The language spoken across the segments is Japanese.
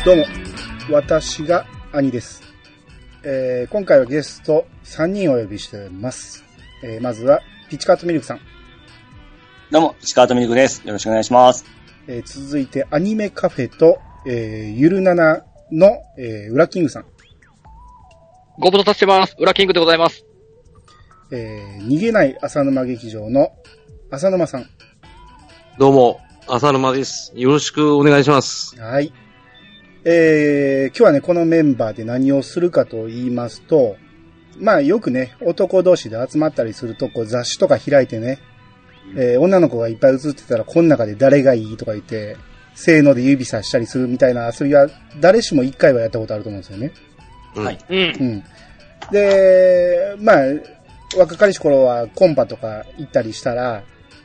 どうも、私が兄です。今回はゲスト3人をお呼びしております。まずは、ピチカートミルクさん。 どうも、ピチカートミルクです。よろしくお願いします。 続いて、アニメカフェと、ゆるななの、ウラキングさん。 ご無沙汰してます。ウラキングでございます。 逃げない浅沼劇場の浅沼さん。 どうも、浅沼です。よろしくお願いします。 はい。今日はね、このメンバーで何をするかと言いますと、まあよくね、男同士で集まったりすると、こう雑誌とか開いてね、女の子がいっぱい写ってたら、この中で誰がいいとか言って、せーので指さしたりするみたいな遊びは、誰しも一回はやったことあると思うんですよね。 はい。 うん。で、まあ、若かりし頃はコンパとか行ったりしたら、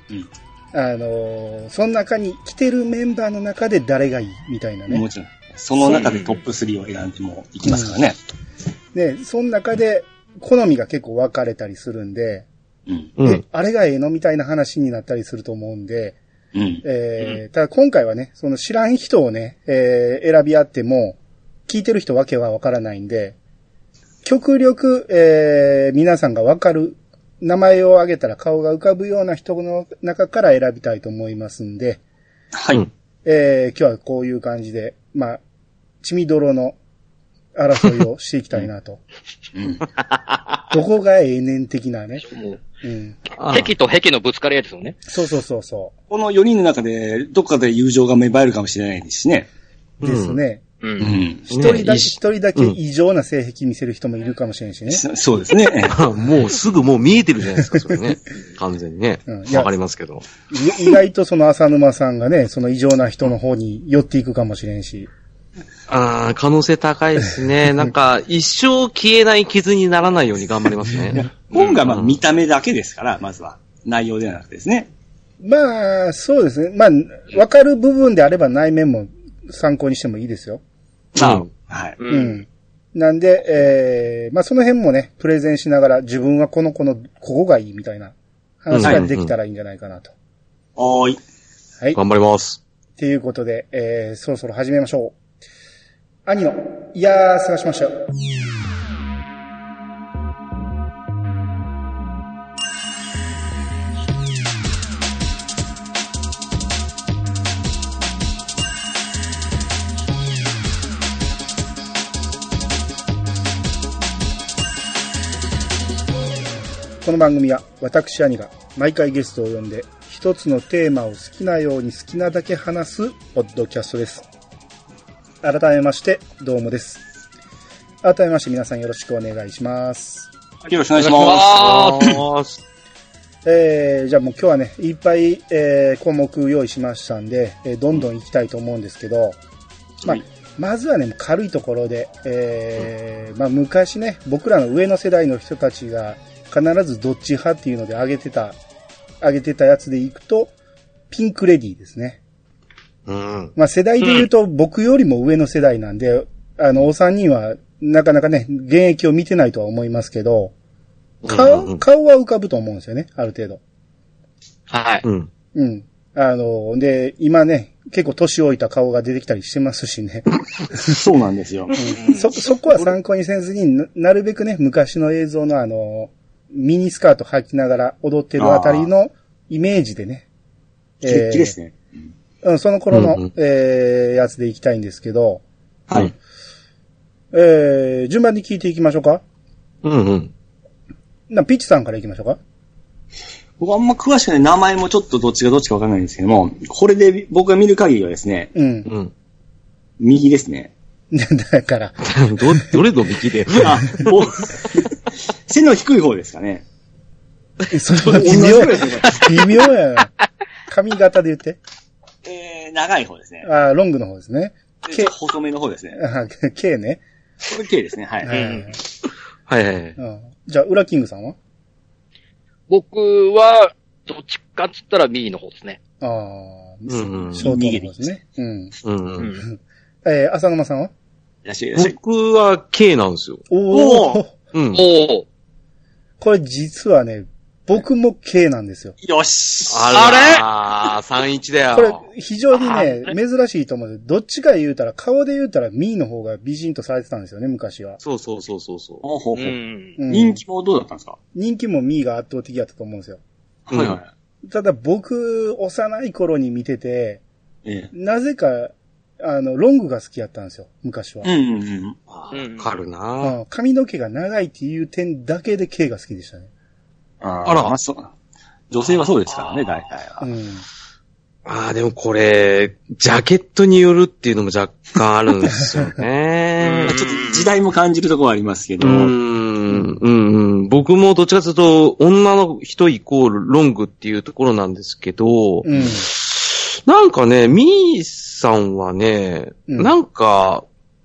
その中に来てるメンバーの中で誰がいいみたいなね。 もちろん。その中でトップ3を選んでもいきますからね。 で、その中で好みが結構分かれたりするんで、あれがええのみたいな話になったりすると思うんで、ただ今回はね、その知らん人をね、選び合っても、聞いてる人わけは分からないんで、極力、皆さんが分かる、名前を挙げたら顔が浮かぶような人の中から選びたいと思いますんで、 はい。 今日はこういう感じで、まあ、血みどろの争いをしていきたいなと。どこがええねん的なね。 壁と壁のぶつかり合いですよね。 そう。 この4人の中で、どっかで友情が芽生えるかもしれないですしね。 ですね。一人だけ異常な性癖見せる人もいるかもしれんしね。 そうですね。 もうすぐ見えてるじゃないですか、それね。完全にね。わかりますけど。 意外とその浅沼さんがね、その異常な人の方に寄っていくかもしれんし。 可能性高いですね。なんか、一生消えない傷にならないように頑張りますね。 今回はまあ見た目だけですから、まずは。内容ではなくてですね。 まあ、そうですね。まあ、わかる部分であれば内面も参考にしてもいいですよ。 はい。 なんで、まあその辺もね、プレゼンしながら自分はこの子のここがいいみたいな話ができたらいいんじゃないかなと。 はい。 頑張ります。 ということで、そろそろ始めましょう。兄の、いやー、探しましたよ。この番組は私兄が毎回ゲストを呼んで一つのテーマを好きなように好きなだけ話すポッドキャストです。改めましてどうもです。改めまして皆さんよろしくお願いします。 よろしくお願いします。 じゃあもう今日はねいっぱい、項目用意しましたんで、どんどん行きたいと思うんですけど、まずはね軽いところで、昔ね僕らの上の世代の人たちが必ずどっち派っていうので上げてたやつでいくと、ピンクレディーですね。世代で言うと僕よりも上の世代なんで、お三人はなかなかね、現役を見てないとは思いますけど、顔は浮かぶと思うんですよね、ある程度。 はい。 で、今ね、結構年老いた顔が出てきたりしてますしね。 そうなんですよ。 そこは参考にせずになるべくね、昔の映像のミニスカート履きながら踊ってるあたりのイメージでね。 キレッキレですね。 その頃の、やつでいきたいんですけど。 はい。 順番に聞いていきましょうか。ピッチさんからいきましょうか。 僕あんま詳しくない名前もちょっとどっちがどっちかわからないんですけども、これで僕が見る限りはですね、右ですね。 だから。 どれの右で背の低い方ですかね。 それ微妙やな。髪型で言って。 長い方ですね。 ロングの方ですね。 細めの方ですね。 K ね。 これ K ですね。はい。 はい。 じゃあ、ウラキングさんは？ 僕は、どっちかっつったら右の方ですね。 ショートの方ですね。浅沼さんは？ 僕は K なんですよ。 おー。 これ実はね、 僕も K なんですよ。 よし。 あれ ?31 だよ。 これ、非常にね、珍しいと思う。どっちか言うたら、顔で言うたら、ミーの方が美人とされてたんですよね、昔は。 そう。 ほうほうほう。 人気もどうだったんですか？ 人気もミーが圧倒的だったと思うんですよ。 はいはい。 ただ僕、幼い頃に見てて、なぜか、ロングが好きやったんですよ、昔は。 わかるな、 髪の毛が長いっていう点だけで K が好きでしたね。 あら、そう。女性はそうですからね、大体は。 でもこれ、ジャケットによるっていうのも若干あるんですよね。 ちょっと時代も感じるところはありますけど。 僕もどっちかというと、女の人イコールロングっていうところなんですけど、なんかね、ミーさんはね、なんか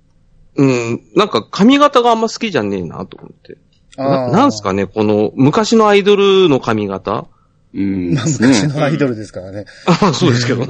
髪型があんま好きじゃねえなと思って。なんすかね、この昔のアイドルの髪型昔のアイドルですからね。 そうですけど。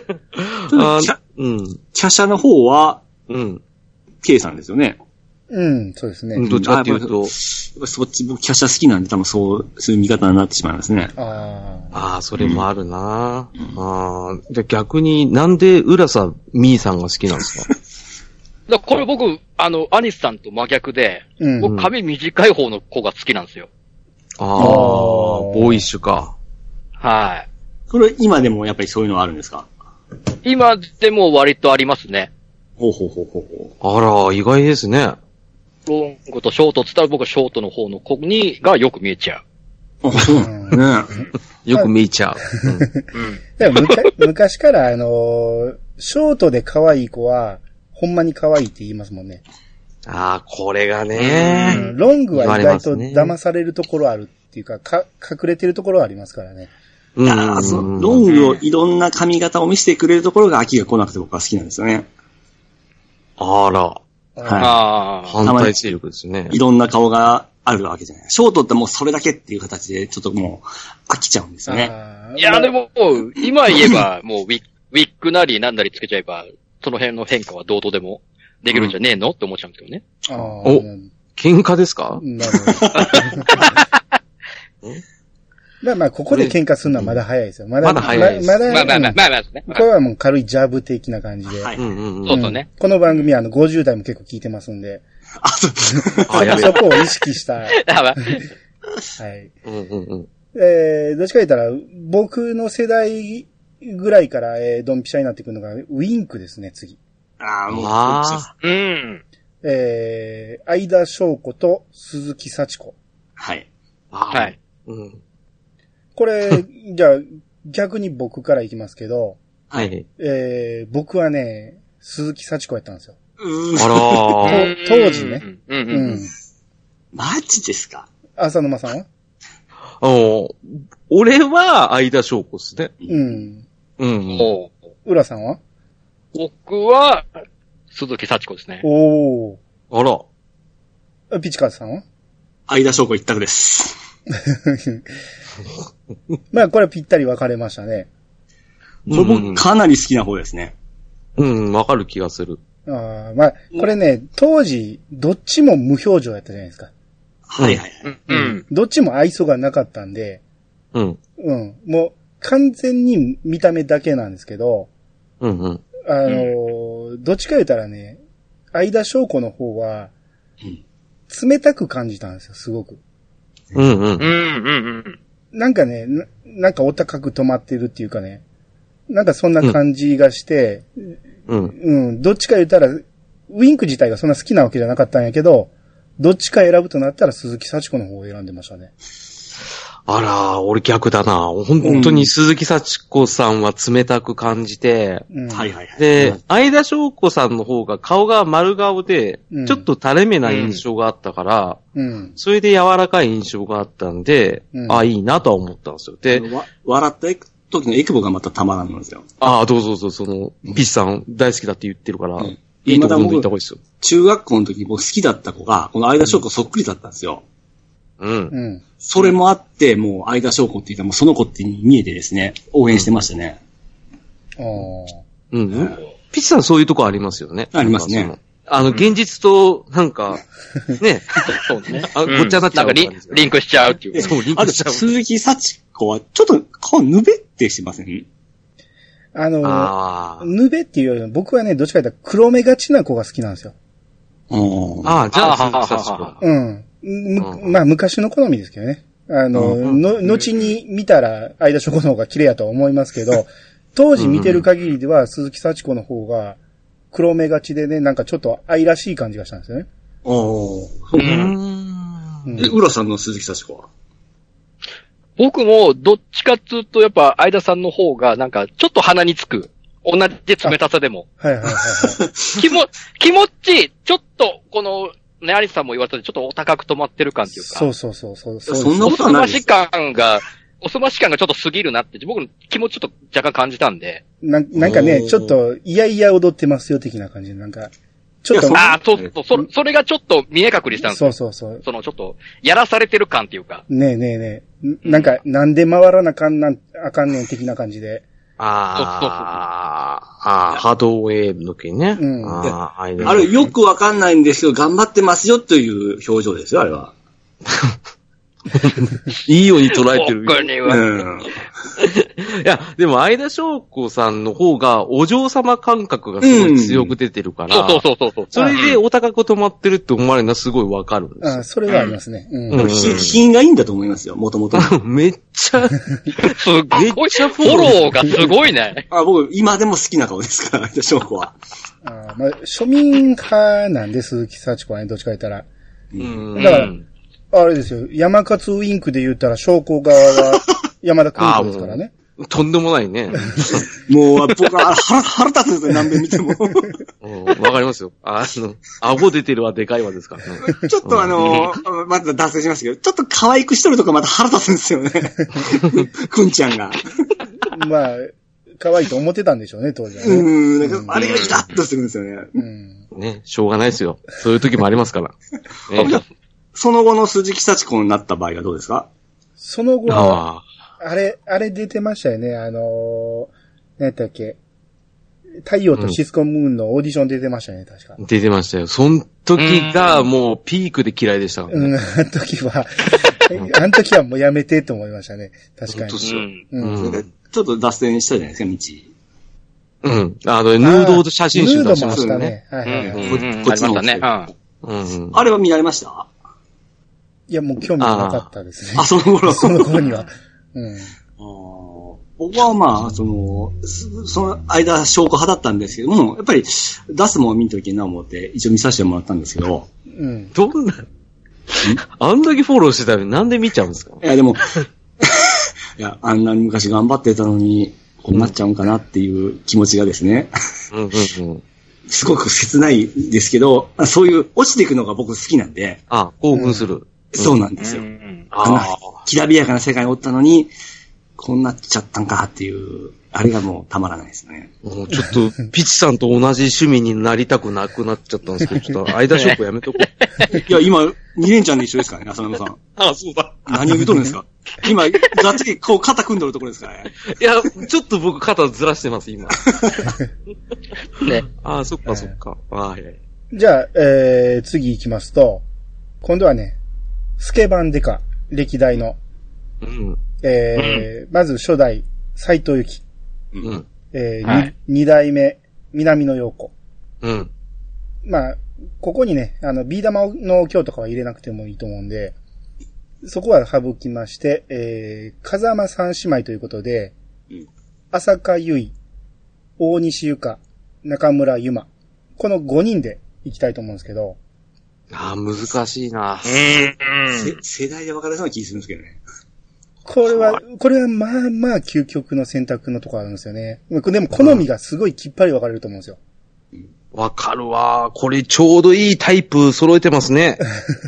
華奢の方は、K さんですよね。 そうですね。 どっちかっていうと。 そっち、僕、華奢好きなんで多分そういう見方になってしまいますね。 それもあるな、じゃ逆になんで浦佐美衣さんが好きなんですか？ これ僕、アニスさんと真逆で、僕髪短い方の子が好きなんですよ。 ボーイッシュか。 はい。 それ今でもやっぱりそういうのはあるんですか？ 今でも割とありますね。 ほう。 あら、意外ですね。 ロングとショートって言ったら僕はショートの方の子がよく見えちゃう。 よく見えちゃう。 でも昔からショートで可愛い子は、ほんまに可愛いって言いますもんね。 これがね、 ロングは意外と騙されるところあるっていうか、隠れてるところはありますからね。 ロングをいろんな髪型を見せてくれるところが飽きが来なくて僕は好きなんですよね。 あら。反対勢力ですね。 いろんな顔があるわけじゃない。ショートってもうそれだけっていう形でちょっともう飽きちゃうんですよね。 いや、でも、今言えばもうウィッグなりなんなりつけちゃえば、その辺の変化はどうとでもできるんじゃねえのって思っちゃうんですけどね。 喧嘩ですか？ なるほど。まあ、ここで喧嘩するのはまだ早いですよ。まだ早いです。まあですね。これはもう軽いジャブ的な感じで。 そうね。 この番組は50代も結構聞いてますんで。そこを意識した。はい。どっちか言ったら、僕の世代ぐらいから、ドンピシャになってくるのが、ウィンクですね、次。相田翔子と鈴木幸子。 はい。 これ、じゃあ、逆に僕からいきますけど、僕はね、鈴木幸子やったんですよ。当時ね。 マジですか？ 浅沼さんは？ 俺は相田翔子っすね。 浦さんは？ 僕は、鈴木幸子ですね。 あら。ピチカーズさんは？ 相田翔子一択です。 まあ、これぴったり分かれましたね。 僕、かなり好きな方ですね。 わかる気がする。 まあ、これね、当時、どっちも無表情やったじゃないですか。どっちも愛想がなかったんで、もう、完全に見た目だけなんですけど、どっちか言ったらね、相田翔子の方は、冷たく感じたんですよ、すごく。なんかね、なんかお高く止まってるっていうかね、なんかそんな感じがして、どっちか言ったら、ウィンク自体がそんな好きなわけじゃなかったんやけど、どっちか選ぶとなったら鈴木幸子の方を選んでましたね。 あら、俺逆だな。本当に鈴木幸子さんは冷たく感じて、で、相田翔子さんの方が顔が丸顔で、ちょっと垂れ目な印象があったから、それで柔らかい印象があったんで、いいなとは思ったんですよ。で、 笑った時のエクボがまたたまらんのですよ。 どうぞ、ピッチさん大好きだって言ってるから、いいところに行った方がいいですよ。 中学校の時僕好きだった子が、この相田翔子そっくりだったんですよ。それもあって、もう、相田翔子って言ったらもうその子って見えてですね、応援してましたね。 ピッチさんそういうとこありますよね。 ありますね。 現実と、なんか、ね。 そうね。 ごっちゃになっちゃう。 なんかリンクしちゃうっていう。 そう、リンクしちゃう。 鈴木幸子は、ちょっと顔ぬべってしてません？ ぬべっていうよりも、僕はね、どっちかというと黒目がちな子が好きなんですよ。 じゃあ、鈴木幸子。 まあ、昔の好みですけどね。後に見たら、相田翔子の方が綺麗やとは思いますけど、当時見てる限りでは、鈴木幸子の方が、黒目がちでね、なんかちょっと愛らしい感じがしたんですよね。 浦さんの鈴木幸子は？ 僕も、どっちかっつうと、やっぱ、相田さんの方が、なんか、ちょっと鼻につく。同じ冷たさでも。 はいはいはい、はい。 気持ちいい。ちょっと、この、ね、アリスさんも言われたように、ちょっとお高く止まってる感っていうか。 そう。 そんなことはないです。 おすまし感がちょっと過ぎるなって、僕の気持ちちょっと若干感じたんで。 なんかね、ちょっと、いやいや踊ってますよ、的な感じで、なんか、ちょっと。 それがちょっと見え隠れしたんですよ。 そう。 ちょっと、やらされてる感っていうか。 ねえ。なんか、なんで回らなあかんねん、的な感じで。 ハードウェーブの時ね。 あれ、よくわかんないんですけど、頑張ってますよという表情ですよ、あれは。 いいように捉えてる。 僕には。 いや、でも、相田翔子さんの方が、お嬢様感覚がすごい強く出てるから。 そう。 それでお高く止まってるって思われるのはすごいわかるんですよ。 それはありますね。 品がいいんだと思いますよ、もともと。 めっちゃフォローがすごいね。 僕、今でも好きな顔ですから、相田翔子は。 庶民派なんで、鈴木幸子はね、どっちか言ったら。だから、あれですよ、山勝ウィンクで言ったら、翔子側は山田君ですからね。 とんでもないね。 もう、僕は腹立つんですよ、何遍見ても。 わかりますよ。顎出てるわ、でかいわですからね。 ちょっとまた脱線しますけど、ちょっと可愛くしとるとかまた腹立つんですよね。くんちゃんが。 まあ、可愛いと思ってたんでしょうね、当時はね。あれがイラッとするんですよね。 ね、しょうがないですよ。そういう時もありますから。 その後の鈴木幸子になった場合はどうですか？ その後は、あれ出てましたよね、何やったっけ？太陽とシスコムーンのオーディション出てましたね、確か。 出てましたよ。その時がもうピークで嫌いでしたからね。 あの時はもうやめてと思いましたね。確かに。 ちょっと脱線したじゃないですか、 ヌード写真集出しましたね。 こっちのね。あれは見られました？ いや、もう興味なかったですね。 その頃には。 僕はその間、証拠派だったんですけども、やっぱり、出すもん見んといけんな思って、一応見させてもらったんですけど。 どんな、あんだけフォローしてたのになんで見ちゃうんですか？ いや、でも、あんなに昔頑張ってたのに、こうなっちゃうんかなっていう気持ちがですね。すごく切ないですけど、そういう落ちていくのが僕好きなんで。 興奮する。 そうなんですよ。きらびやかな世界におったのに、こうなっちゃったんかっていう、あれがもうたまらないですね。 もうちょっと、ピチさんと同じ趣味になりたくなくなっちゃったんですけど、ちょっと、間ショップやめとこう。 いや、今、2連チャンで一緒ですからね、浅沼さん。 そうだ。 何を言うとるんですか？今、がっつりこう肩組んどるところですからね。 いや、ちょっと僕肩ずらしてます、今。 ね。 そっかそっか。 じゃあ、次行きますと、今度はね、スケバンデカ、歴代の。まず初代、斎藤由貴。二代目、南野陽子。ここにね、ビー玉の今日とかは入れなくてもいいと思うんで、そこは省きまして、風間三姉妹ということで、浅香唯、大西ゆか、中村ゆま。この5人で行きたいと思うんですけど。 難しいな。 世代で分かれそうな気がするんですけどね。 これはまあ究極の選択のところあるんですよね。でも好みがすごいきっぱり分かれると思うんですよ。 わかるわ。これちょうどいいタイプ揃えてますね。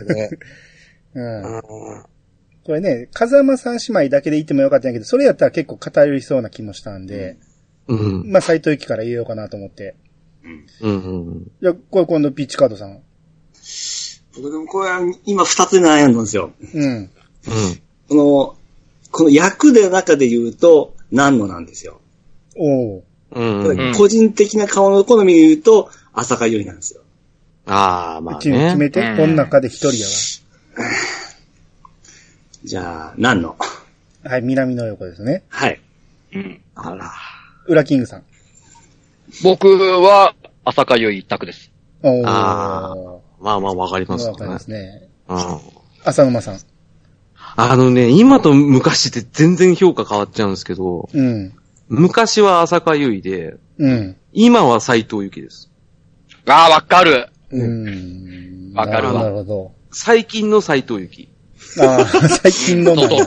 これね、風間三姉妹だけで言ってもよかったんやけど、それやったら結構偏りそうな気もしたんで、斎藤由貴から入れようかなと思って。じゃあ、これ今度ピッチカードさん。 僕でもこれは今2つで悩んだんですよ。この役で中で言うと、何のなんですよ。 個人的な顔の好みで言うと、浅香唯なんですよ。 ああ、まあね。 決めて、この中で一人やわ。 じゃあ、何の？ はい、南の横ですね。 はい。 うん。 あら。 ウラキングさん。 僕は、浅香唯一択です。 おー。 ああ。まあまあわかりますね。 わかりますね。 うん。 浅沼さん。 今と昔って全然評価変わっちゃうんですけど、 うん。 昔は浅香唯で、 うん。 今は斉藤由貴です。 ああ、わかる。 わかるわ。 なるほど。 最近の斉藤由貴。 ああ、最近のも。 そう。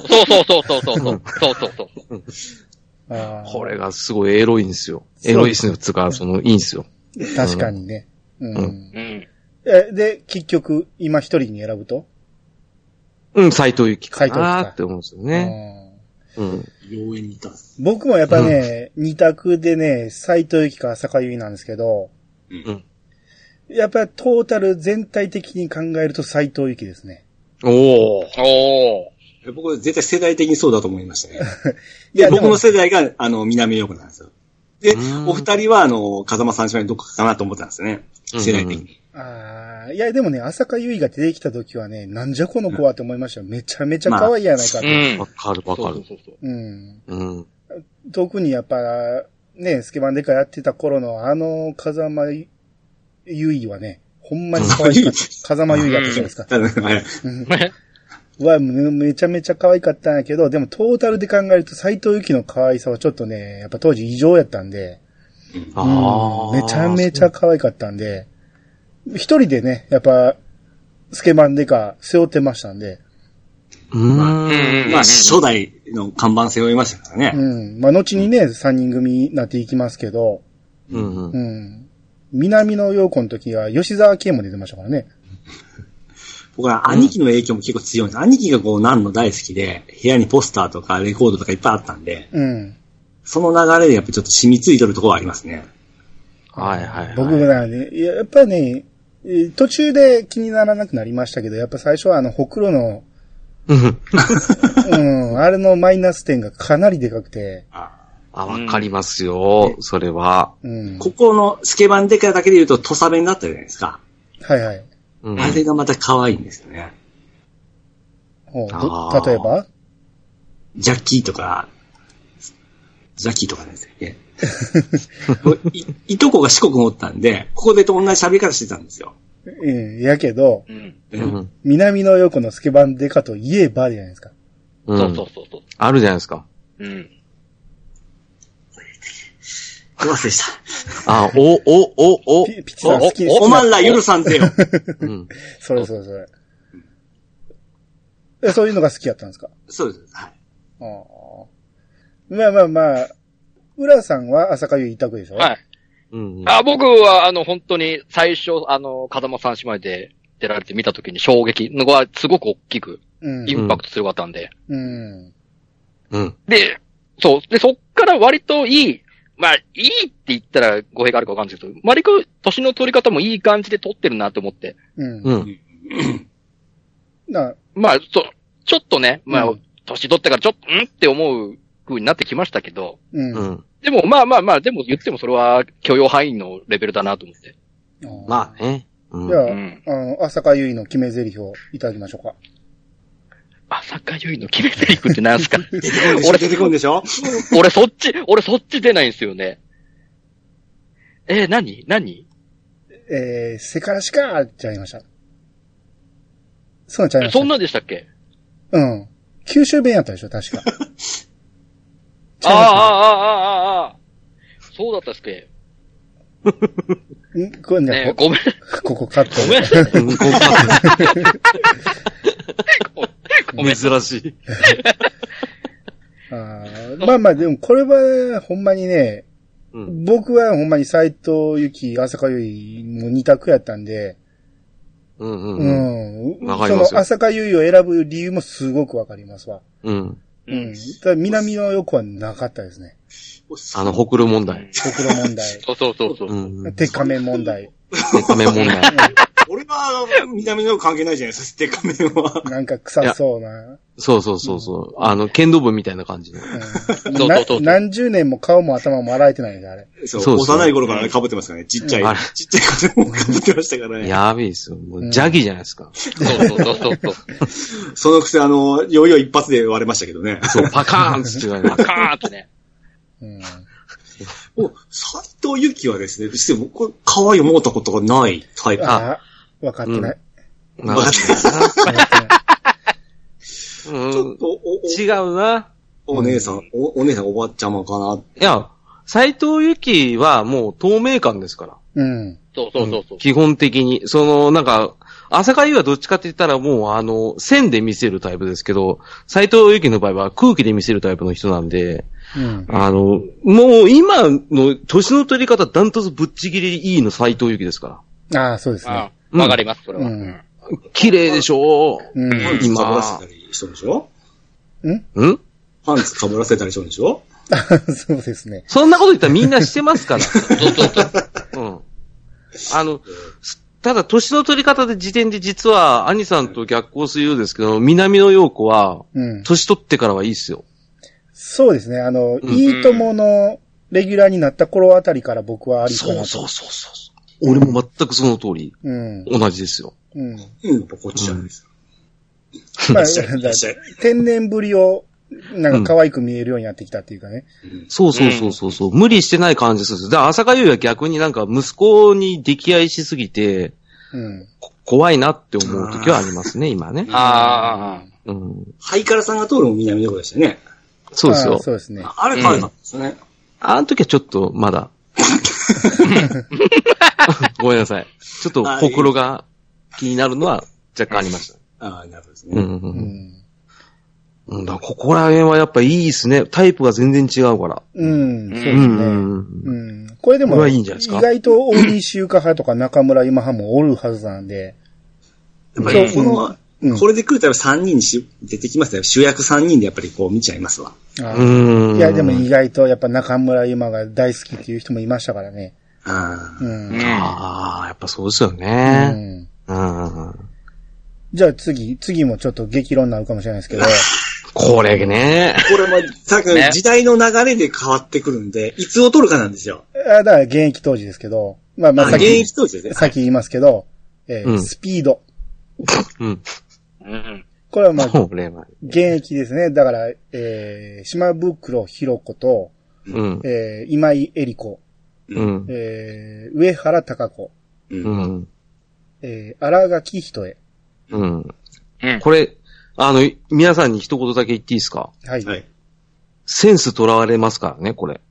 これがすごいエロいんですよ。エロいっすね、つうか、いいんですよ。 確かにね。うん。 うん。 で、結局、今一人に選ぶと？ うん、斉藤由貴かなーって思うんですよね。 うん。妖艶にいた。 僕もやっぱね、二択でね、斉藤由貴か浅香唯なんですけど、 うん。 やっぱトータル全体的に考えると斉藤由貴ですね。 おー。 僕絶対世代的にそうだと思いましたね。で、僕の世代が、南横なんですよ。で、お二人は、風間三姉妹どこかなと思ったんですよね。世代的に。 いや、でもね、浅香唯が出てきた時はね、なんじゃこの子はって思いましたよ。めちゃめちゃ可愛いやないかって。 わかる。 うん。 うん。 特にやっぱ、ね、スケバンデカやってた頃の風間唯はね、ほんまに可愛かった。風間唯だったじゃないですか。めちゃめちゃ可愛かったんやけど、でもトータルで考えると斉藤由貴の可愛さはちょっとね、やっぱ当時異常やったんで、めちゃめちゃ可愛かったんで、一人でね、やっぱ、スケバンデカ背負ってましたんで。 まあ、初代の看板背負いましたからね。 まあ、後にね、3人組になっていきますけど、南の陽子の時は吉沢圭も出てましたからね。 僕は兄貴の影響も結構強いんです。兄貴が南の大好きで、部屋にポスターとかレコードとかいっぱいあったんで、その流れでやっぱちょっと染みついてるところはありますね。 僕もね、やっぱね、途中で気にならなくなりましたけど、やっぱ最初はほくろの、あれのマイナス点がかなりでかくて。 わかりますよ、それは。 ここのスケバンデカだけで言うと土佐弁だったじゃないですか。 はいはい。 あれがまた可愛いんですよね。 例えばジャッキーとかですね。いとこが四国におったんで、ここでと同じ喋り方してたんですよ。 やけど、南の横のスケバンデカといえばじゃないですか。 そう。 あるじゃないですか。 どうせした。 ピチさん好き。 おまんら許さんてよ。 それ。そういうのが好きやったんですか？ そうです。はい。 まあ、浦さんは浅香唯一択でしょ？ はい。僕は、本当に最初、風間三姉妹で出られて見た時に衝撃のがすごく大きく、インパクト強かったんで。で、そっから割といい、まあ、いいって言ったら語弊があるかわかんないですけど、割と年の取り方もいい感じで取ってるなと思って。まあ、ちょっとね、まあ、年取ってからちょっと、って思う風になってきましたけど、でも、まあ、でも言ってもそれは許容範囲のレベルだなと思って。 まあね。 じゃあ、浅香唯の決め台詞をいただきましょうか。 浅香唯の決め台詞って何すか？ 俺出てこんでしょ？ 俺そっち出ないんですよね。何せからしかーって言いました。そうなんちゃいました。 そんなんでしたっけ？ 九州弁やったでしょ、確か。 そうだったっすっけ？ これね、ごめん。ここカット。 ごめん。 珍しい。 まあでもこれはほんまにね、僕はほんまに斉藤由貴、浅香唯も二択やったんで、その浅香唯を選ぶ理由もすごくわかりますわ。ただ南の横はなかったですね。 ほくろ問題。 ほくろ問題。 そう。 鉄仮面問題。 鉄仮面問題。 俺は見た目の関係ないじゃないですか、鉄仮面は。 なんか臭そうな。 そう。剣道部みたいな感じの。 何十年も顔も頭も洗えてないんだ、あれ。 そう、幼い頃から被ってますからね。ちっちゃい風も被ってましたからね。 やべえですよ。もう邪気じゃないですか。そう。 そのくせヨーヨー一発で割れましたけどね。 そう、パカーンって言ってパカーンってね。 斎藤由貴はですね、実は僕、可愛い思ったことがないタイプ。 分かってない。 分かってない。ちょっと、 違うな。 お姉さん、おばちゃまかな。 いや、斎藤由貴はもう透明感ですから。 うん。 そう。 基本的に。なんか、浅香優はどっちかって言ったらもう線で見せるタイプですけど、斎藤由貴の場合は空気で見せるタイプの人なんで、もう今の年の取り方ダントツぶっちぎりいいの斎藤由貴ですから。 ああ、そうですね。 わかります、それは。 綺麗でしょ今。パンツ被らせたりしたでしょパンツ被らせたりしたんでしょそうですね。 そんなこと言ったらみんなしてますから。ただ、年の取り方で時点で実は、兄さんと逆行するようですけど、南野陽子は、年取ってからはいいっすよ。 そうですね。いいとものレギュラーになった頃あたりから僕はありかなと。 そう。俺も全くその通り。同じですよ。 やっぱこっちじゃないですか。まあ、天然ぶりを、なんか可愛く見えるようになってきたっていうかね。 そう。無理してない感じでする。だから浅香優は逆になんか息子に溺愛しすぎて、怖いなって思う時はありますね、今ね。 ハイカラさんが通るも南の子でしたね。 そうですよ。 そうですね。 あれ可愛かったですね。 あの時はちょっとまだ。ごめんなさい。ちょっと心が気になるのは若干ありました。 なるほどですね。 ここら辺はやっぱいいですね。タイプが全然違うから。 そうですね。これでも、意外と大西優香派とか中村今派もおるはずなんで。 やっぱりこれで来ると3人出てきますね。主役3人でやっぱりこう見ちゃいますわ。 いや、でも意外とやっぱ中村今が大好きっていう人もいましたからね。 やっぱそうですよね。 じゃあ次もちょっと激論になるかもしれないですけど。 これね。 これもさっきの時代の流れで変わってくるんで、いつを取るかなんですよ。 だから現役当時ですけど。まあ現役当時ですね。 さっき言いますけど、スピード。これはまあ、現役ですね。だから、島袋博子と、今井絵理子、上原貴子、荒垣人へ。 これ、皆さんに一言だけ言っていいですか？ はい。 センス囚われますからね、これ。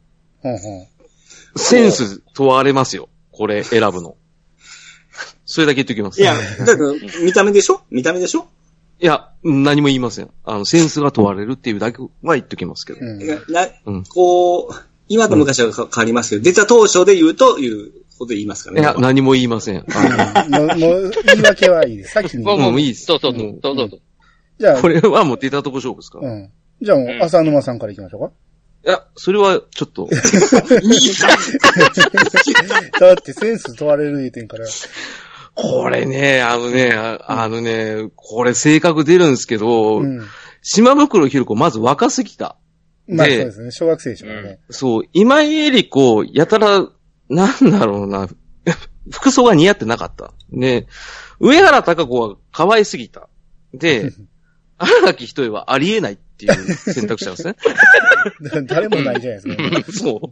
センス問われますよ。これ選ぶの。それだけ言っておきます。 いや、だから見た目でしょいや、何も言いません。センスが問われるっていうだけは言っときますけど。 こう、今と昔は変わりますけど、出た当初で言うこと言いますかね。 いや、何も言いません。 もう言い訳はいいです。先に。 もういいです。 そう。 じゃあ。 これはもう出たとこ勝負ですか？ じゃあもう、浅沼さんから行きましょうか。 いや、それはちょっと。 だってセンス問われる言うてんから。 これね、これ性格出るんですけど、島袋ひろ子まず若すぎた。 まあそうですね。小学生でしょうね。 そう、今井絵理子、やたら、なんだろうな、服装が似合ってなかった。ね、上原貴子は可愛すぎた。で、荒垣人へはありえないっていう選択肢なんですね。 誰もないじゃないですか。 そう。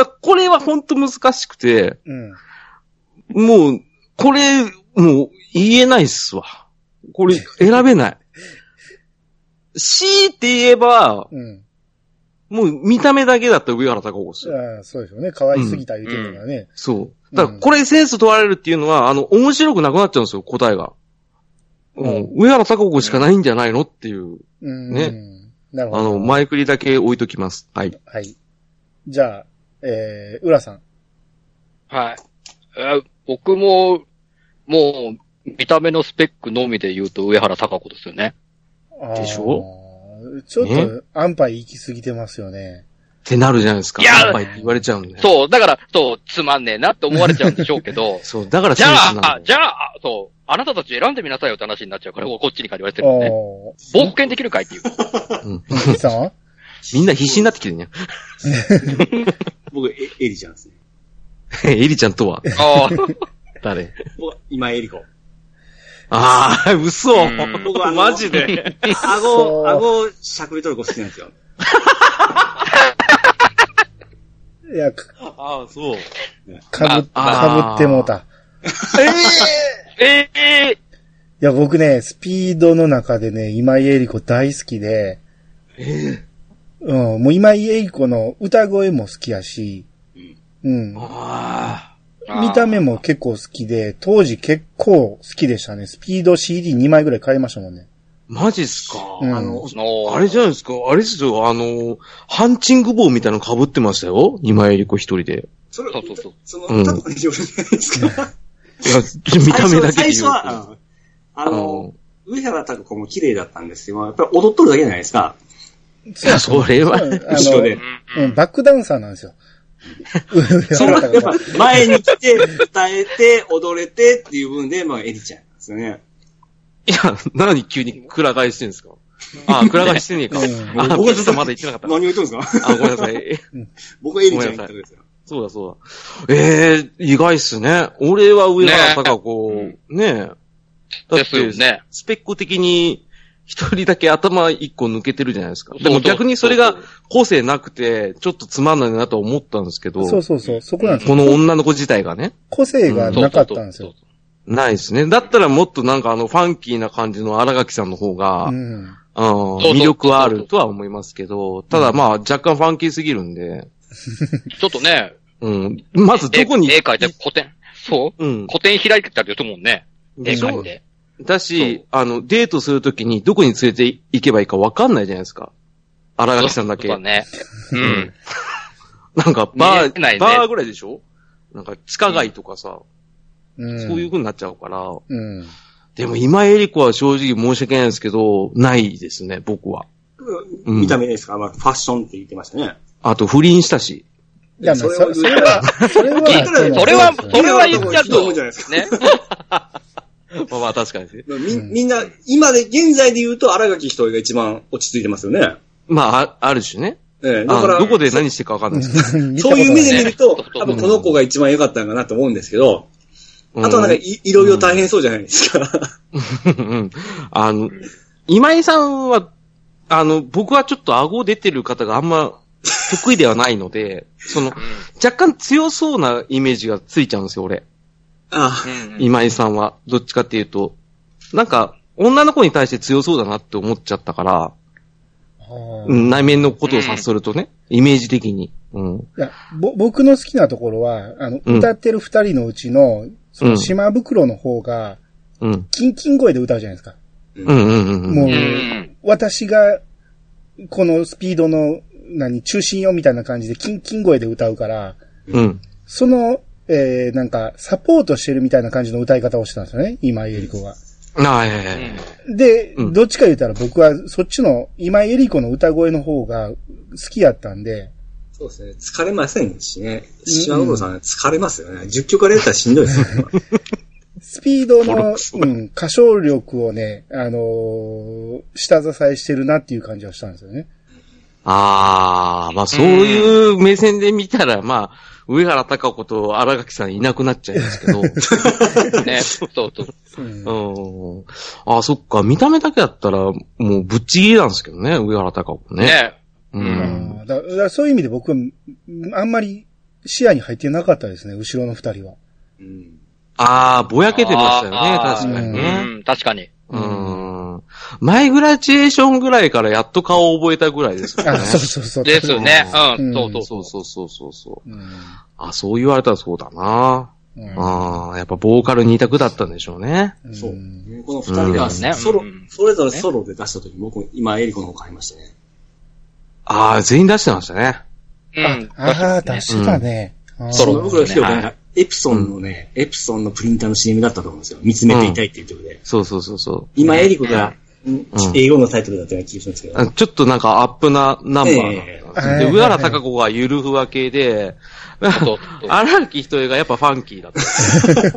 これは本当難しくて、もう、これ、もう言えないっすわ。これ選べない。強いて言えば、もう見た目だけだったら上原貴子ですよ。 そうでしょうね。可愛すぎた言うてるのがね。 そう。だからこれセンス問われるっていうのは、面白くなくなっちゃうんですよ、答えが。上原貴子しかないんじゃないのっていう。ね。 なるほど。 前振りだけ置いときます。はい。 はい。じゃあ、浦さん。 はい。僕も、もう、見た目のスペックのみで言うと上原貴子ですよね。 でしょ？ ちょっと、安牌行き過ぎてますよね。 ってなるじゃないですか。 いや、 言われちゃうんで。 そう、だから、そう、つまんねえなって思われちゃうんでしょうけど。 そう、だからじゃあ、そう、あなたたち選んでみなさいよって話になっちゃうから、こっちにから言われてるんでね。冒険できるかいっていう。 うん。さんみんな必死になってきてるね。 僕、エリちゃんですね。 エリちゃんとは誰？ 僕、今エリコ。 ああ、嘘。僕マジで。 顎、しゃくり取る子好きなんですよ。 いや、 ああ、そう。 かぶってもうた。いや、僕ね、スピードの中でね、今井絵理子大好きで、うん、もう今井絵理子の歌声も好きやし、うん。見た目も結構好きで、当時結構好きでしたね。スピード CD2 枚ぐらい買いましたもんね。 マジっすか、 うん、 あれじゃないですか、あれですよ、ハンチング帽みたいなの被ってましたよ。今井絵理子一人で。 その歌とかによるじゃないですか。いや、見た目だけで言うと。 最初は、上原貴子も綺麗だったんですけど、やっぱり踊っとるだけじゃないですか。 いや、それは、 後ろで。 バックダンサーなんですよ。 やっぱ前に来て、歌えて、踊れてっていう分で、まあ、エリちゃんなんですよね。 いや、何急にくら替えしてんですか？くら替えしてねえか。僕はちょっとまだ言ってなかった。 何を言ってんですか？ ごめんなさい。 僕はエリちゃん言ったんですよ。 そうだ。意外っすね。俺は上原貴子、ねだって、スペック的に、一人だけ頭一個抜けてるじゃないですか。でも逆にそれが個性なくて、ちょっとつまんないなと思ったんですけど。 そう。そこなんですこの女の子自体がね。 個性がなかったんですよ。 ないですね。だったらもっとなんかファンキーな感じの荒垣さんの方が、魅力はあるとは思いますけど、ただまあ若干ファンキーすぎるんで。 ちょっとね。 まずどこに。 絵描いて古典。そう、古典開いてたりするもんね。絵描いて。 だし、デートするときにどこに連れて行けばいいか分かんないじゃないですか。荒垣さんだけ。 そうだね。 なんかバーぐらいでしょ？なんか地下街とかさ、そういう風になっちゃうから。でも今江里子は正直申し訳ないですけど、ないですね、僕は。 見た目ですか？まあ、ファッションって言ってましたね。 あと不倫したし。 いや、それは言っちゃうと思うじゃないですか。ね。 まあ確かにね。 みんな、現在で言うと荒垣ひとりが一番落ち着いてますよね。 まあ、ある種ね。 だからどこで何してるか分かんないです。 そういう目で見ると、多分この子が一番良かったのかなと思うんですけど、あとはなんかいろいろ大変そうじゃないですか。 今井さんは、僕はちょっと顎出てる方があんま得意ではないので、若干強そうなイメージがついちゃうんですよ、俺。今井さんは、どっちかっていうと、なんか、女の子に対して強そうだなって思っちゃったから、内面のことを察するとね、イメージ的に。いや僕の好きなところは、歌ってる二人のうちの、島袋の方が、キンキン声で歌うじゃないですか。もう、私が、このスピードの、中心よみたいな感じでキンキン声で歌うから、その、なんか、サポートしてるみたいな感じの歌い方をしてたんですよね、今井絵理子が。で、どっちか言ったら僕はそっちの今井絵理子の歌声の方が好きやったんで。 そうですね。疲れませんしね。島袋さん疲れますよね。10曲からやったらしんどいですよね。 スピードの、歌唱力をね、下支えしてるなっていう感じはしたんですよね。 まあそういう目線で見たら、まあ、上原貴子と荒垣さんいなくなっちゃいますけど。 ね、そう。 そっか、見た目だけだったら、もうぶっちぎりなんですけどね、上原貴子ね。 だからそういう意味で僕は、あんまり視野に入ってなかったですね、後ろの二人は。 ぼやけてましたよね、確かにね。 確かに。 マイグラチュエーションぐらいからやっと顔を覚えたぐらいですよね。 そう。 ですよね。そう。 そう言われたらそうだな。やっぱボーカル2択だったんでしょうね。 そう。この2人がそれぞれソロで出した時に僕、今エリコの方買いましたね。 全員出してましたね。 出したね。 ソロ僕ら記憶がエプソンのプリンターの CM だったと思うんですよ。見つめていたいっていうところで。 そう。 今エリコが英語のタイトルだったような気がするんですけど。 ちょっとなんかアップなナンバーだったんで、上原貴子がゆるふわ系で、荒木ひとえがやっぱファンキーだった。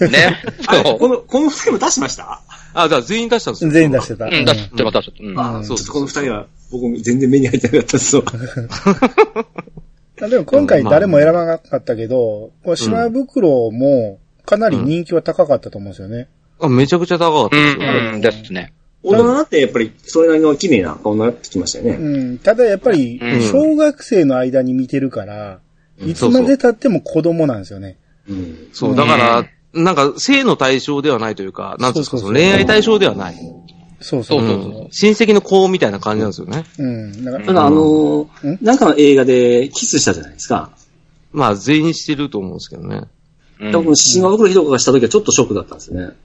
ね。 この二人も出しました？ だから全員出したんですよ。 全員出してた。 出してた。 そう。ちょっとこの二人は、僕全然目に入ってなかったですわ。 でも今回誰も選ばなかったけど、島袋もかなり人気は高かったと思うんですよね。 めちゃくちゃ高かったですよ。 ですね。 大人になってやっぱりそれなりの綺麗な顔になってきましたよね。 ただやっぱり、小学生の間に見てるから、いつまで経っても子供なんですよね。 そう、だから、なんか性の対象ではないというか、なんですか、恋愛対象ではない。 そう。 親戚の子みたいな感じなんですよね。 ただなんかの映画でキスしたじゃないですか。 まあ全員してると思うんですけどね。 多分、島袋ひど子がした時はちょっとショックだったんですよね。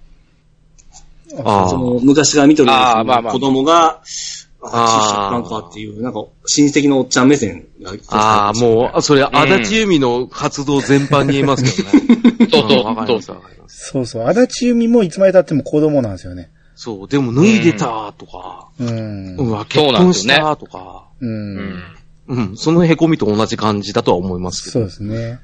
昔から見とる子供が、なんかっていう、なんか親戚のおっちゃん目線が。 もう、それ、足立由美の活動全般に言えますけどね。 そう。足立由美もいつまで経っても子供なんですよね。 そう、でも脱いでたとか、結婚したとか、その凹みと同じ感じだとは思いますけど。 そうですね。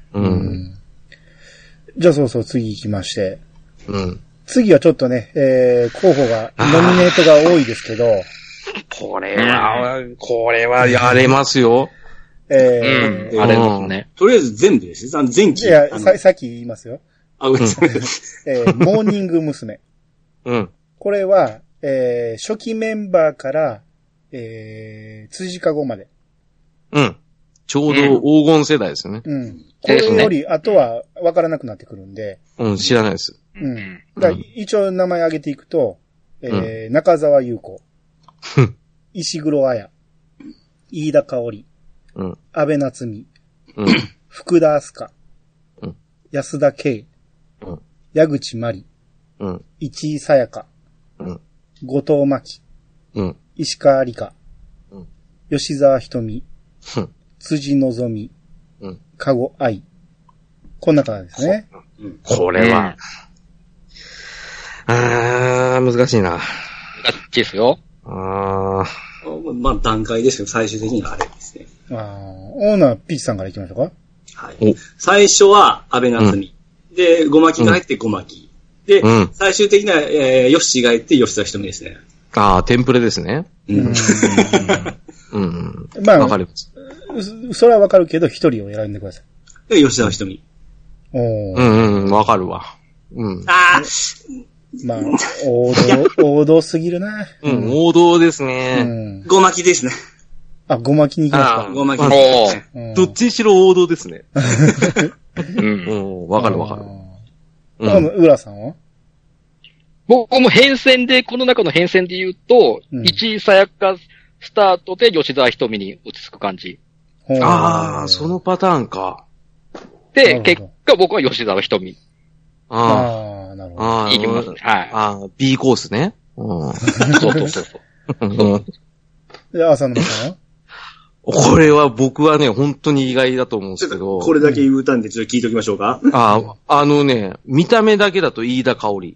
じゃあ次行きまして。次はちょっとね、候補が、ノミネートが多いですけど。 これはやれますよ。 あれですね。 とりあえず全部です。前期。 いや、さっき言いますよ。 ごめんなさい。 モーニング娘。これは、初期メンバーから、辻かごまで。 ちょうど黄金世代ですよね。 これより、あとは分からなくなってくるんで。 知らないです。 一応名前挙げていくと、中澤優子、石黒彩、飯田香織、安倍夏実、福田明日香、安田圭、矢口真理、市井さやか、後藤真希、石川理香、吉沢ひとみ、辻のぞみ、加護愛。こんな感じですね。 これは、難しいな。 難しいですよ。 まあ、段階ですけど、最終的にはあれですね。 オーナーピーチさんから行きましょうか。 はい。最初は安倍夏実。で、ごまきが入ってごまき。で、最終的には、ヨッシーが入って吉田ひとみですね。 テンプレですね。 まあ、 わかります。 それはわかるけど、一人を選んでください。 で、吉田ひとみ。 わかるわ。 まあ、王道すぎるな。 王道ですね。 ごまきですね。 ごまきに行きますか。 ごまき。 どっちにしろ王道ですね。わかる。 浦さんは僕も変遷で、この中の変遷で言うと、市井さやかスタートで吉沢ひとみに落ち着く感じ。 そのパターンか。 で、結果僕は吉沢ひとみ。 なるほど。 いきますね。 はい。B コースね。 そう。 で、浅野さんはこれは僕はね、本当に意外だと思うんですけど。 これだけ言うたんで、ちょっと聞いておきましょうか。 見た目だけだと飯田香織。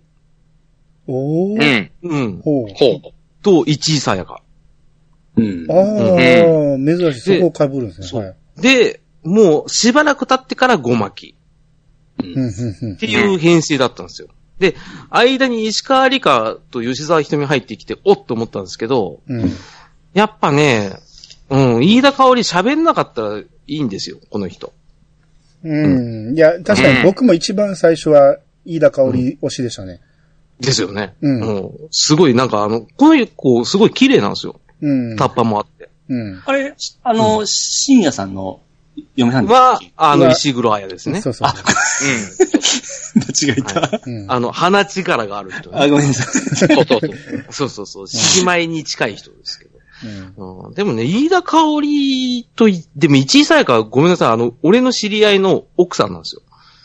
と、市井さやか。 珍しい。そこを被るんですね。 で、もうしばらく経ってからごまき。っていう編成だったんですよ。で、間に石川理香と吉沢ひとみ入ってきて、おっと思ったんですけど、やっぱね、飯田香織喋んなかったらいいんですよ、この人。 いや、確かに僕も一番最初は飯田香織推しでしたね。 ですよね。すごいなんかこの子すごい綺麗なんですよ。タッパもあって。 あれ、深夜さんの嫁さんは、石黒彩ですね。 そう。間違えた。 鼻力がある人、ね。 ごめんなさい。 そう。獅子舞に近い人ですけど。でもね、飯田香織とでも市井さやかはごめんなさい、俺の知り合いの奥さんなんですよ。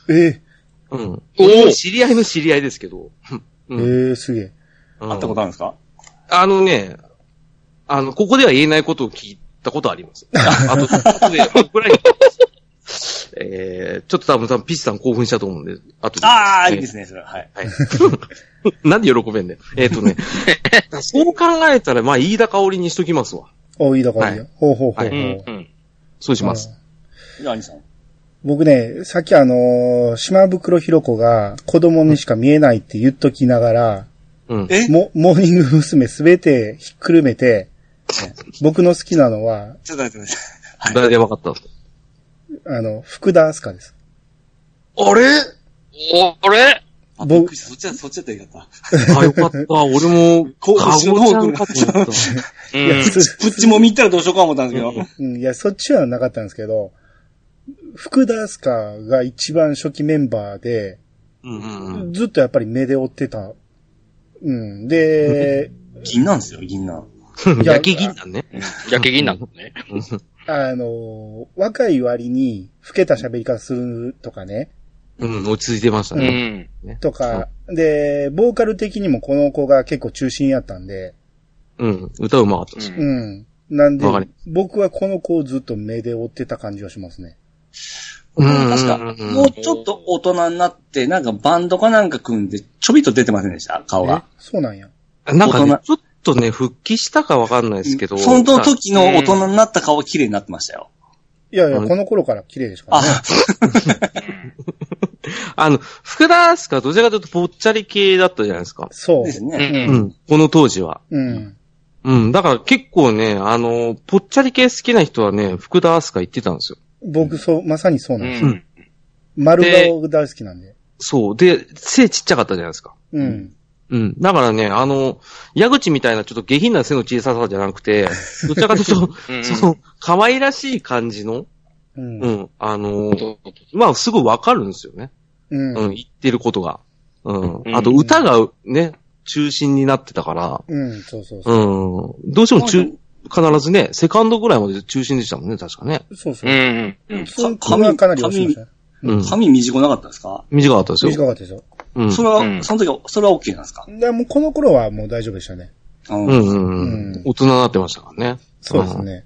俺の知り合いの知り合いですけど。 すげえ。 会ったことあるんですか？ ここでは言えないことを聞いたことあります。あとで、ぐらい。ちょっと多分ピッチさん興奮したと思うんで、後で。 いいですね、それは。はい。 なんで喜べんねん。そう考えたら、まあ、飯田香織にしときますわ。 飯田香織。ほう。 そうします。 何さん？ 僕ね、さっき島袋ひろ子が子供にしか見えないって言っときながら、モーニング娘。すべてひっくるめて、僕の好きなのは、 ちょっと待ってください。誰で分かった？ 福田明日香です。 あれびっくりした。そっちだったらよかった。 あ、よかった。俺も、かごちゃんかと思った。 いや、プッチも見たらどうしようか思ったんですけど。 いや、そっちはなかったんですけど、福田明日香が一番初期メンバーで、ずっとやっぱり目で追ってた。で、 銀なんですよ、銀なん。 焼き銀なんね。 焼き銀なんね。 若い割に老けた喋り方するとかね。 落ち着いてましたね。 とか、で、ボーカル的にもこの子が結構中心やったんで。 歌うまかったし。 なんで、僕はこの子をずっと目で追ってた感じはしますね。 確か、もうちょっと大人になって、なんかバンドかなんか組んで、ちょびっと出てませんでした顔が。 そうなんや。 なんかね、ちょっとね、復帰したかわかんないですけど。 その時の大人になった顔は綺麗になってましたよ。 いやいや、この頃から綺麗ですからね。 福田明日香どちらかというとぽっちゃり系だったじゃないですか。 そうですね。 この当時は。だから結構ね、ぽっちゃり系好きな人はね、福田明日香言ってたんですよ。 僕、まさにそうなんですよ。丸顔が大好きなんで。 そう。で、背ちっちゃかったじゃないですか。だからね、矢口みたいなちょっと下品な背の小ささじゃなくて、どちらかというと、可愛らしい感じの、まあ、すぐわかるんですよね。言ってることが。あと、歌がね、中心になってたから、どうしても必ずね、セカンドぐらいまで中心でしたもんね、確かね。 そうそう。髪はかなり押しました。 髪短なかったですか？ 短かったですよ。 短かったですよ。 それは、その時は、それは OK なんですか？ もうこの頃はもう大丈夫でしたね。 大人になってましたからね。 そうですね。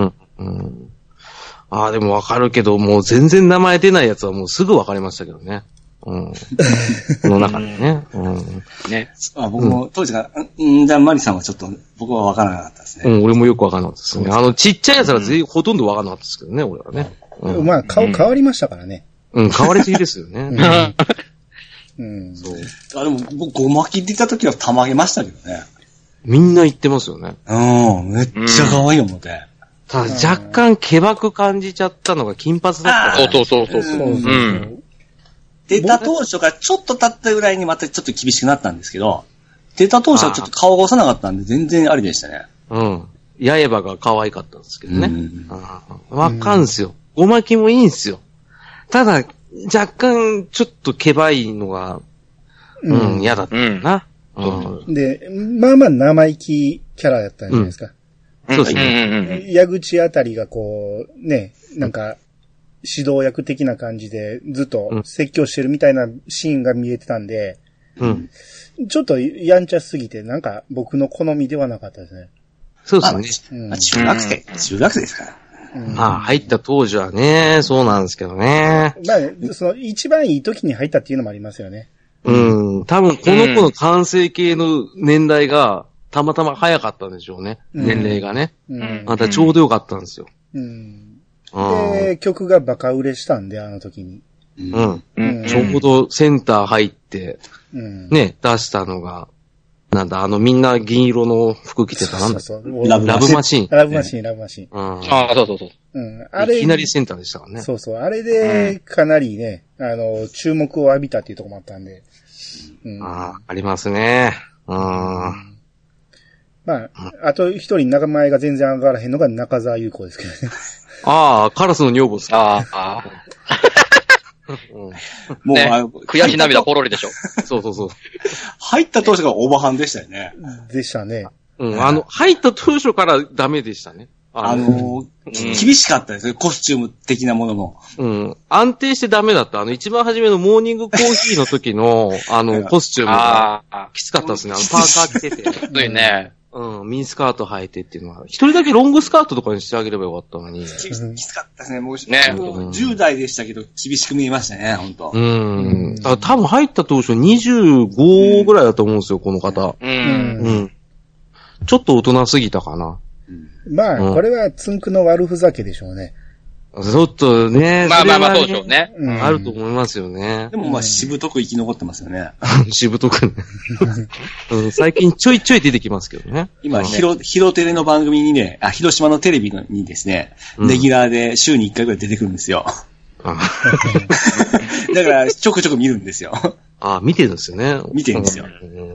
でもわかるけど、もう全然名前出ないやつはもうすぐわかりましたけどね。この中でね。 ね。僕も当時が、じゃあマリさんはちょっと僕はわからなかったですね。 俺もよくわからなかったですね。ちっちゃいやつらほとんどわからなかったですけどね、俺はね。 まあ、顔変わりましたからね。 変わりすぎですよね。 そう。でも、僕、ごまきって言った時はたまげましたけどね。 みんな言ってますよね。 めっちゃ可愛い思って。 ただ、若干、けばく感じちゃったのが金髪だったから。 そう。 出た当初がちょっと経ったぐらいにまたちょっと厳しくなったんですけど、出た当初はちょっと顔が幼かったんで全然ありでしたね。 八重歯が可愛かったんですけどね。わかんすよ。ごまきもいいんすよ。ただ、若干、ちょっとけばいのが、嫌だったな。 で、まあまあ生意気キャラだったんじゃないですか。 そうですね。 矢口あたりがこう、ね、なんか、指導役的な感じでずっと説教してるみたいなシーンが見えてたんで、ちょっとやんちゃすぎて、なんか僕の好みではなかったですね。 そうですね。 中学生ですから。 入った当時はね、そうなんですけどね。 まあ、一番いい時に入ったっていうのもありますよね。 多分この子の完成形の年代がたまたま早かったんでしょうね。年齢がね。またちょうどよかったんですよ。 で、曲がバカ売れしたんで、あの時に。 ちょうどセンター入って、ね、出したのが、なんだ、みんな銀色の服着てたなんだ。ラブマシーン。 ラブマシーン。 そう。 あれ。 いきなりセンターでしたからね。 そう。あれで、かなりね、注目を浴びたっていうところもあったんで。 ありますね。 まあ、あと一人名前が全然上がらへんのが中澤優子ですけどね。 カラスの女房ですか。 もう、悔し涙ポロリでしょ。 そう。 入った当初がオーバーハンでしたよね。 でしたね。 入った当初からダメでしたね。 厳しかったですね、コスチューム的なものも。 安定してダメだった。一番初めのモーニングコーヒーの時の、コスチュームがきつかったですね。パーカー着てて。 きついね。 ミニスカート履いてっていうのは、一人だけロングスカートとかにしてあげればよかったのに。 きつかったですね。もう10代でしたけど、厳しく見えましたね、本当。 多分入った当初25ぐらいだと思うんですよ、この方。ちょっと大人すぎたかな。 まあ、これはつんくの悪ふざけでしょうね。 ちょっとね。 まあ、そうでしょうね。 あると思いますよね。 でもしぶとく生き残ってますよね。 しぶとくね。最近ちょいちょい出てきますけどね。 今、ヒロテレの番組にね、広島のテレビにですね、レギュラーで週に1回ぐらい出てくるんですよ。だから、ちょくちょく見るんですよ。 見てるんですよね。 見てるんですよ。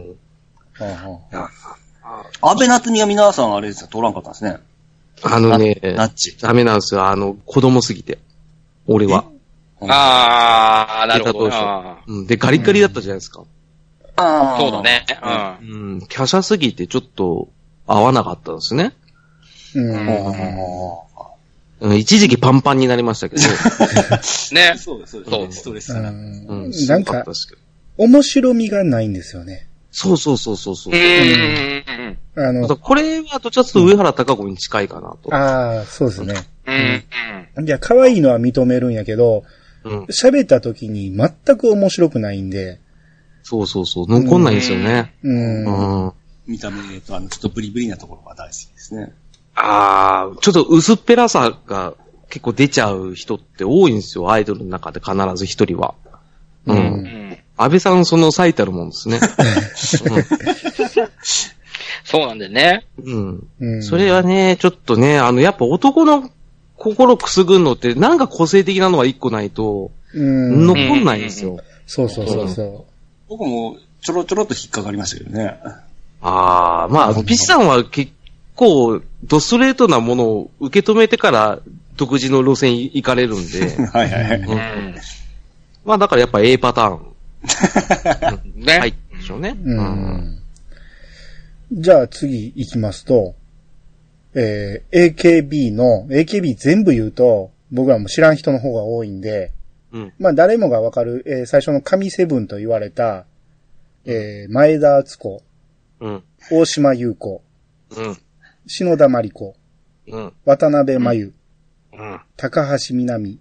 安倍夏美は皆さんあれですよ、通らんかったんですね。 ナッチ。ダメなんですよ。子供すぎて。俺は。 なるほど。 で、ガリガリだったじゃないですか。 そうだね。 華奢すぎてちょっと合わなかったんですね。一時期パンパンになりましたけど。 ね。 そうです。ストレスなんか、面白みがないんですよね。 そう。これはどちらかというと上原貴子に近いかなと。 そうですね。いや、可愛いのは認めるんやけど、喋った時に全く面白くないんで。 そう。残んないんですよね。 見た目とちょっとブリブリなところが大好きですね。 ちょっと薄っぺらさが結構出ちゃう人って多いんですよ。アイドルの中で必ず一人は。安倍さんその最たるもんですね。 そうなんだよね。 それはね、ちょっとね、やっぱ男の心くすぐんのってなんか個性的なのが一個ないと、残んないんですよ。 そう。 僕もちょろちょろっと引っかかりましたけどね。 ピチさんは結構ドストレートなものを受け止めてから独自の路線行かれるんで。だからやっぱ A パターン。 ね。 はい。でしょうね。 じゃあ次行きますと、AKB 全部言うと、僕はもう知らん人の方が多いんで、誰もがわかる、最初の神セブンと言われた、前田敦子、大島優子、篠田麻里子、渡辺真由、高橋みなみ、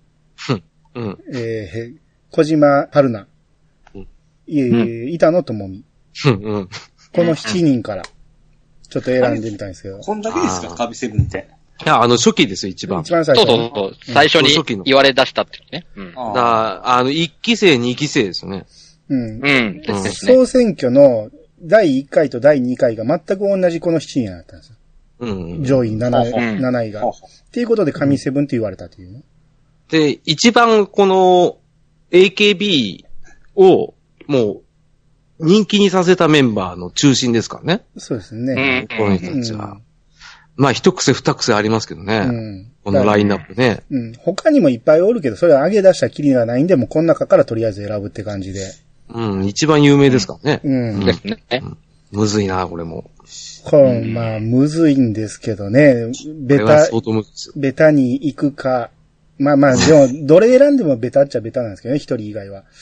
小島春菜、板野友美。この7人から、ちょっと選んでみたいんですけど。 こんだけですか、神セブンって。 いや、初期ですよ、一番最初。そう 。最初に言われ出したっていうね。 1期生、2期生ですね。 総選挙の第1回と第2回が全く同じこの7人だったんですよ。上位7位が。っていうことで神セブンって言われたっていうね。 で、一番この AKB をもう人気にさせたメンバーの中心ですからね。 そうですね。 この人たちは。一癖二癖ありますけどね。このラインナップね。 他にもいっぱいおるけど、それは上げ出したきりがないんで、もうこの中からとりあえず選ぶって感じで。 一番有名ですからね。 ですね。 むずいな、これも。 むずいんですけどね。ベタに行くか。でも、どれ選んでもベタっちゃベタなんですけどね、一人以外は。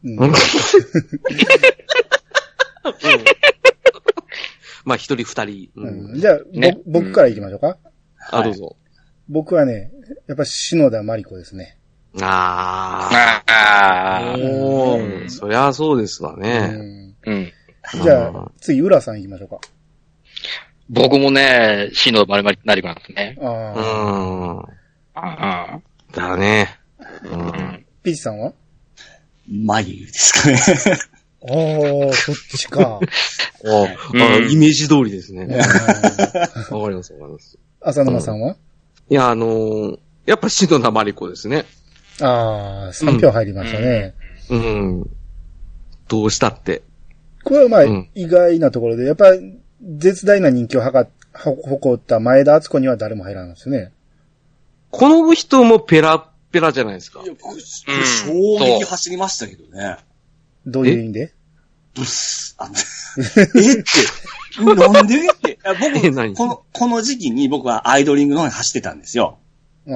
一人二人。 じゃあ、僕から行きましょうか。 どうぞ。 僕はね、やっぱ篠田麻里子ですね。 そりゃそうですわね。 じゃあ、次、浦さん行きましょうか。 僕もね、篠田麻里子なんですね。 だね。 ピーチさんは眉ですかね。 そっちか。 イメージ通りですね。わかります。 浅沼さんは？ いや、やっぱ篠田麻里子ですね。 3票入りましたね。 どうしたって。 これは意外なところで、やっぱり絶大な人気を誇った前田敦子には誰も入らないんですね。 この人もペラペラじゃないですか。 衝撃走りましたけどね。 どういう意味で？ って、なんでって。僕、この時期に僕はアイドリングの方に走ってたんですよ。で、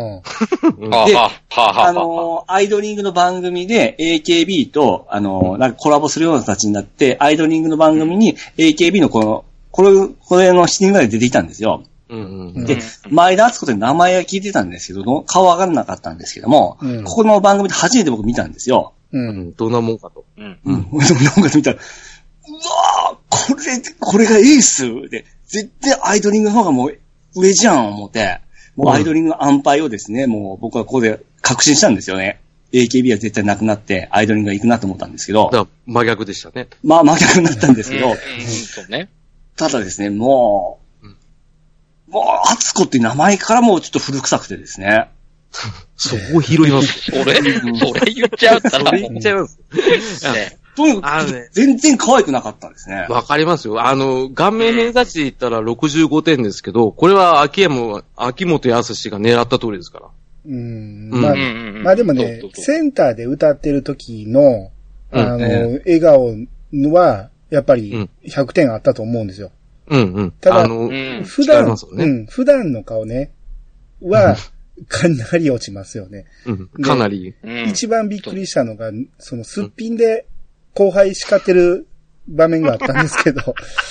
アイドリングの番組で AKB と、なんかコラボするような形になって、アイドリングの番組に AKB のこれの7人ぐらい出てきたんですよ。で、前田敦子という名前は聞いてたんですけど、顔わかんなかったんですけども、ここの番組で初めて僕見たんですよ。 どんなもんかと。 どんなもんかと見たら、うわぁ、これがエースで、絶対アイドリングの方がもう上じゃん、思って。 もうアイドリングの安牌をですね、もう僕はここで確信したんですよね。AKB は絶対なくなってアイドリングが行くなと思ったんですけど。 だから真逆でしたね。 まあ真逆になったんですけど。 そうね。 ただですね、もう、アツコっていう名前からもうちょっと古臭くてですね。 そこ拾います。 それ言っちゃったら。 それ言っちゃいます。 とにかく、全然可愛くなかったんですね。 わかりますよ。顔面偏差値で言ったら65点ですけど、これは秋元康が狙った通りですから。 まあでもね、センターで歌ってる時の、笑顔は、やっぱり100点あったと思うんですよ。ただ、普段の顔ね、は、かなり落ちますよね。 かなり。 一番びっくりしたのが、そのすっぴんで後輩叱ってる場面があったんですけど、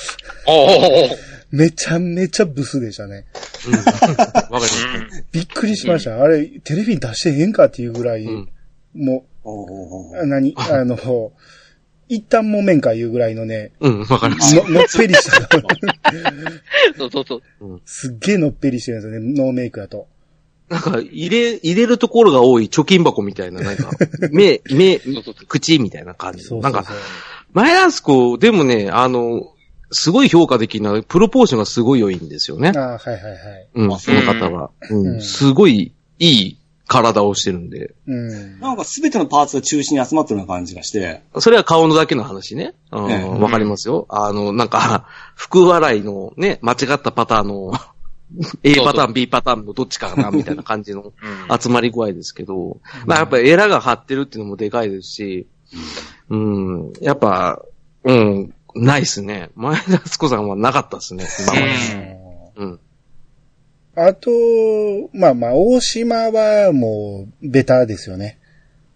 めちゃめちゃブスでしたね。 わかります。 びっくりしました。あれ、テレビに出してへんかっていうぐらい、もう、一旦もめんかいうぐらいのね、 わかります。 のっぺりした。 そう。 すっげえのっぺりしてるんですよね、ノーメイクだと。 なんか、入れるところが多い貯金箱みたいな、なんか、目、口みたいな感じ。なんか、前田敦子、でもね、すごい評価できるのは、プロポーションがすごい良いんですよね。 はい。 その方は。すごいいい体をしてるんで。 なんか全てのパーツが中心に集まってるような感じがして。 それは顔のだけの話ね。わかりますよ。なんか、福笑いのね、間違ったパターンの、A パターン、B パターンのどっちかな、みたいな感じの集まり具合ですけど、まあやっぱりエラが張ってるっていうのもでかいですし、やっぱ、ないっすね。前田敦子さんはなかったっすね、今まで。 あと、まあ、大島はもう、ベタですよね。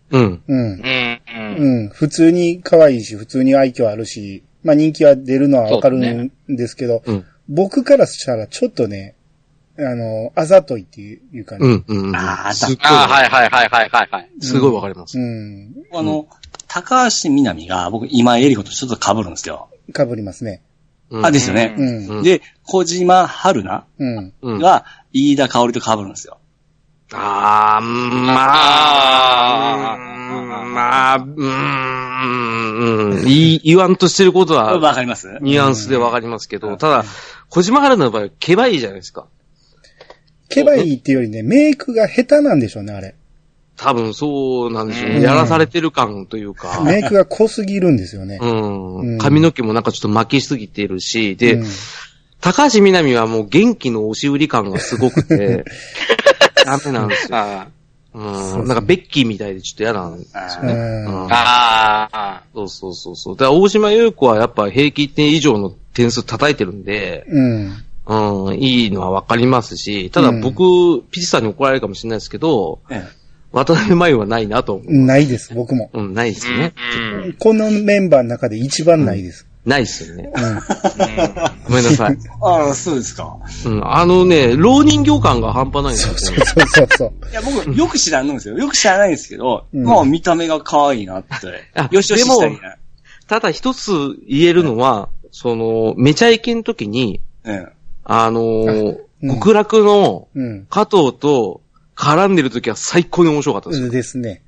普通に可愛いし、普通に愛嬌あるし、まあ人気は出るのはわかるんですけど、僕からしたらちょっとね、あざといっていうかね。 はい。 すごいわかります。 高橋みなみが僕今江里子とちょっと被るんですよ。 被りますね。 ですよね。で、小島春菜が飯田香織と被るんですよ。 言わんとしてることは、 わかります？ ニュアンスでわかりますけど、ただ、小島春菜の場合はケバいいじゃないですか。 ケバいいっていうよりね、メイクが下手なんでしょうね、あれ。 多分そうなんでしょうね。やらされてる感というか。 メイクが濃すぎるんですよね。 髪の毛もなんかちょっと巻きすぎているし、で、高橋みなみはもう元気の押し売り感がすごくて、ダメなんですよ。なんかベッキーみたいでちょっと嫌なんですよね。そう。だから大島優子はやっぱ平均点以上の点数叩いてるんで、いいのはわかりますし、ただ僕、ピチさんに怒られるかもしれないですけど、渡辺真由はないなと思う。 ないです、僕も。 ないですね。 このメンバーの中で一番ないです。 ないっすよね。ごめんなさい。 そうですか。 浪人業感が半端ないんですよ。 そう。 いや、僕、よく知らんのですよ。よく知らないんですけど、まあ、見た目が可愛いなって。よししたいな。 ただ一つ言えるのは、めちゃイケの時に、極楽の加藤と絡んでる時は最高に面白かったですよ。 ですね。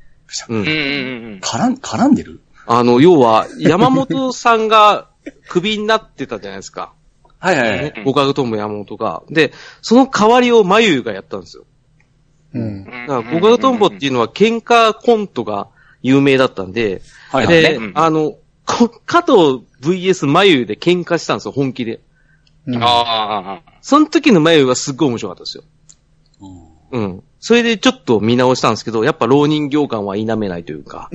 絡んでる？ 要は、山本さんがクビになってたじゃないですか。 はい。 極楽とも山本が。で、その代わりを眉がやったんですよ。だから極楽とんぼっていうのは喧嘩コントが有名だったんで、で、加藤 VS 眉で喧嘩したんですよ、本気で。その時の眉がすっごい面白かったですよ。それでちょっと見直したんですけど、やっぱ浪人業感は否めないというか。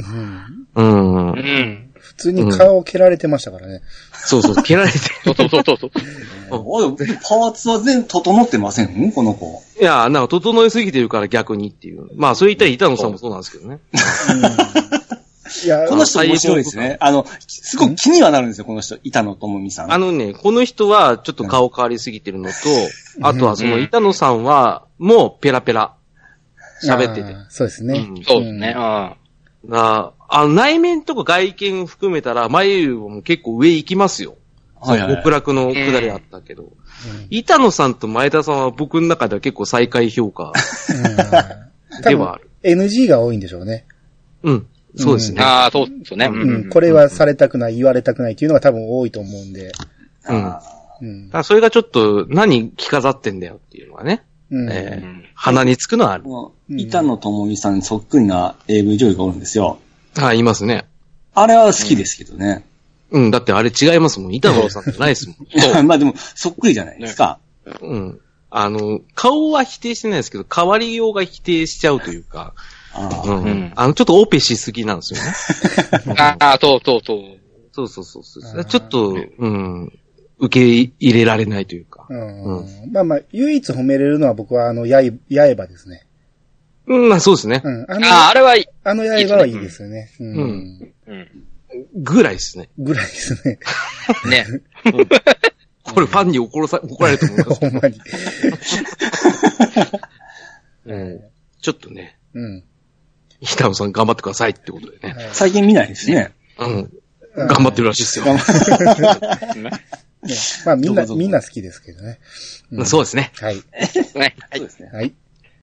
普通に顔を蹴られてましたからね。 そう、蹴られて。 そう。 パーツは全然整ってませんこの子。 いや、なんか整いすぎてるから逆にっていう。まあ、そう言ったら板野さんもそうなんですけどね。 いや、この人面白いですね。すごく気にはなるんですよ、この人。板野友美さん。 この人はちょっと顔変わりすぎてるのと、あとはその板野さんは、もうペラペラ。喋ってて。 そうですね。 そうですね。 内面とか外見含めたら、眉も結構上行きますよ。 極楽のくだりあったけど、板野さんと前田さんは僕の中では結構最下位評価ではある。 NG が多いんでしょうね。 うん。そうですね。 ああ、そうですよね。 これはされたくない、言われたくないっていうのが多分多いと思うんで。 それがちょっと何着飾ってんだよっていうのはね。鼻につくのはある。 板野友美さんにそっくりな AV 女優がおるんですよ。 いますね。 あれは好きですけどね。 だってあれ違いますもん。板野さんじゃないですもん。 まあでも、そっくりじゃないですか。 顔は否定してないですけど、変わりようが否定しちゃうというか、ちょっとオペしすぎなんですよね。 そう。 ちょっと、受け入れられないというか。 まあ、唯一褒めれるのは僕は刃ですね。 そうですね。 あれはいい。 刃はいいですよね。 ぐらいですね。 ぐらいですね。 ね。 これファンに怒られると思います。 ほんまに。 ちょっとね。板野さん頑張ってくださいってことでね。 最近見ないですね。 頑張ってるらしいですよ。 まあみんな好きですけどね。 そうですね。 はい。 そうですね。 はい。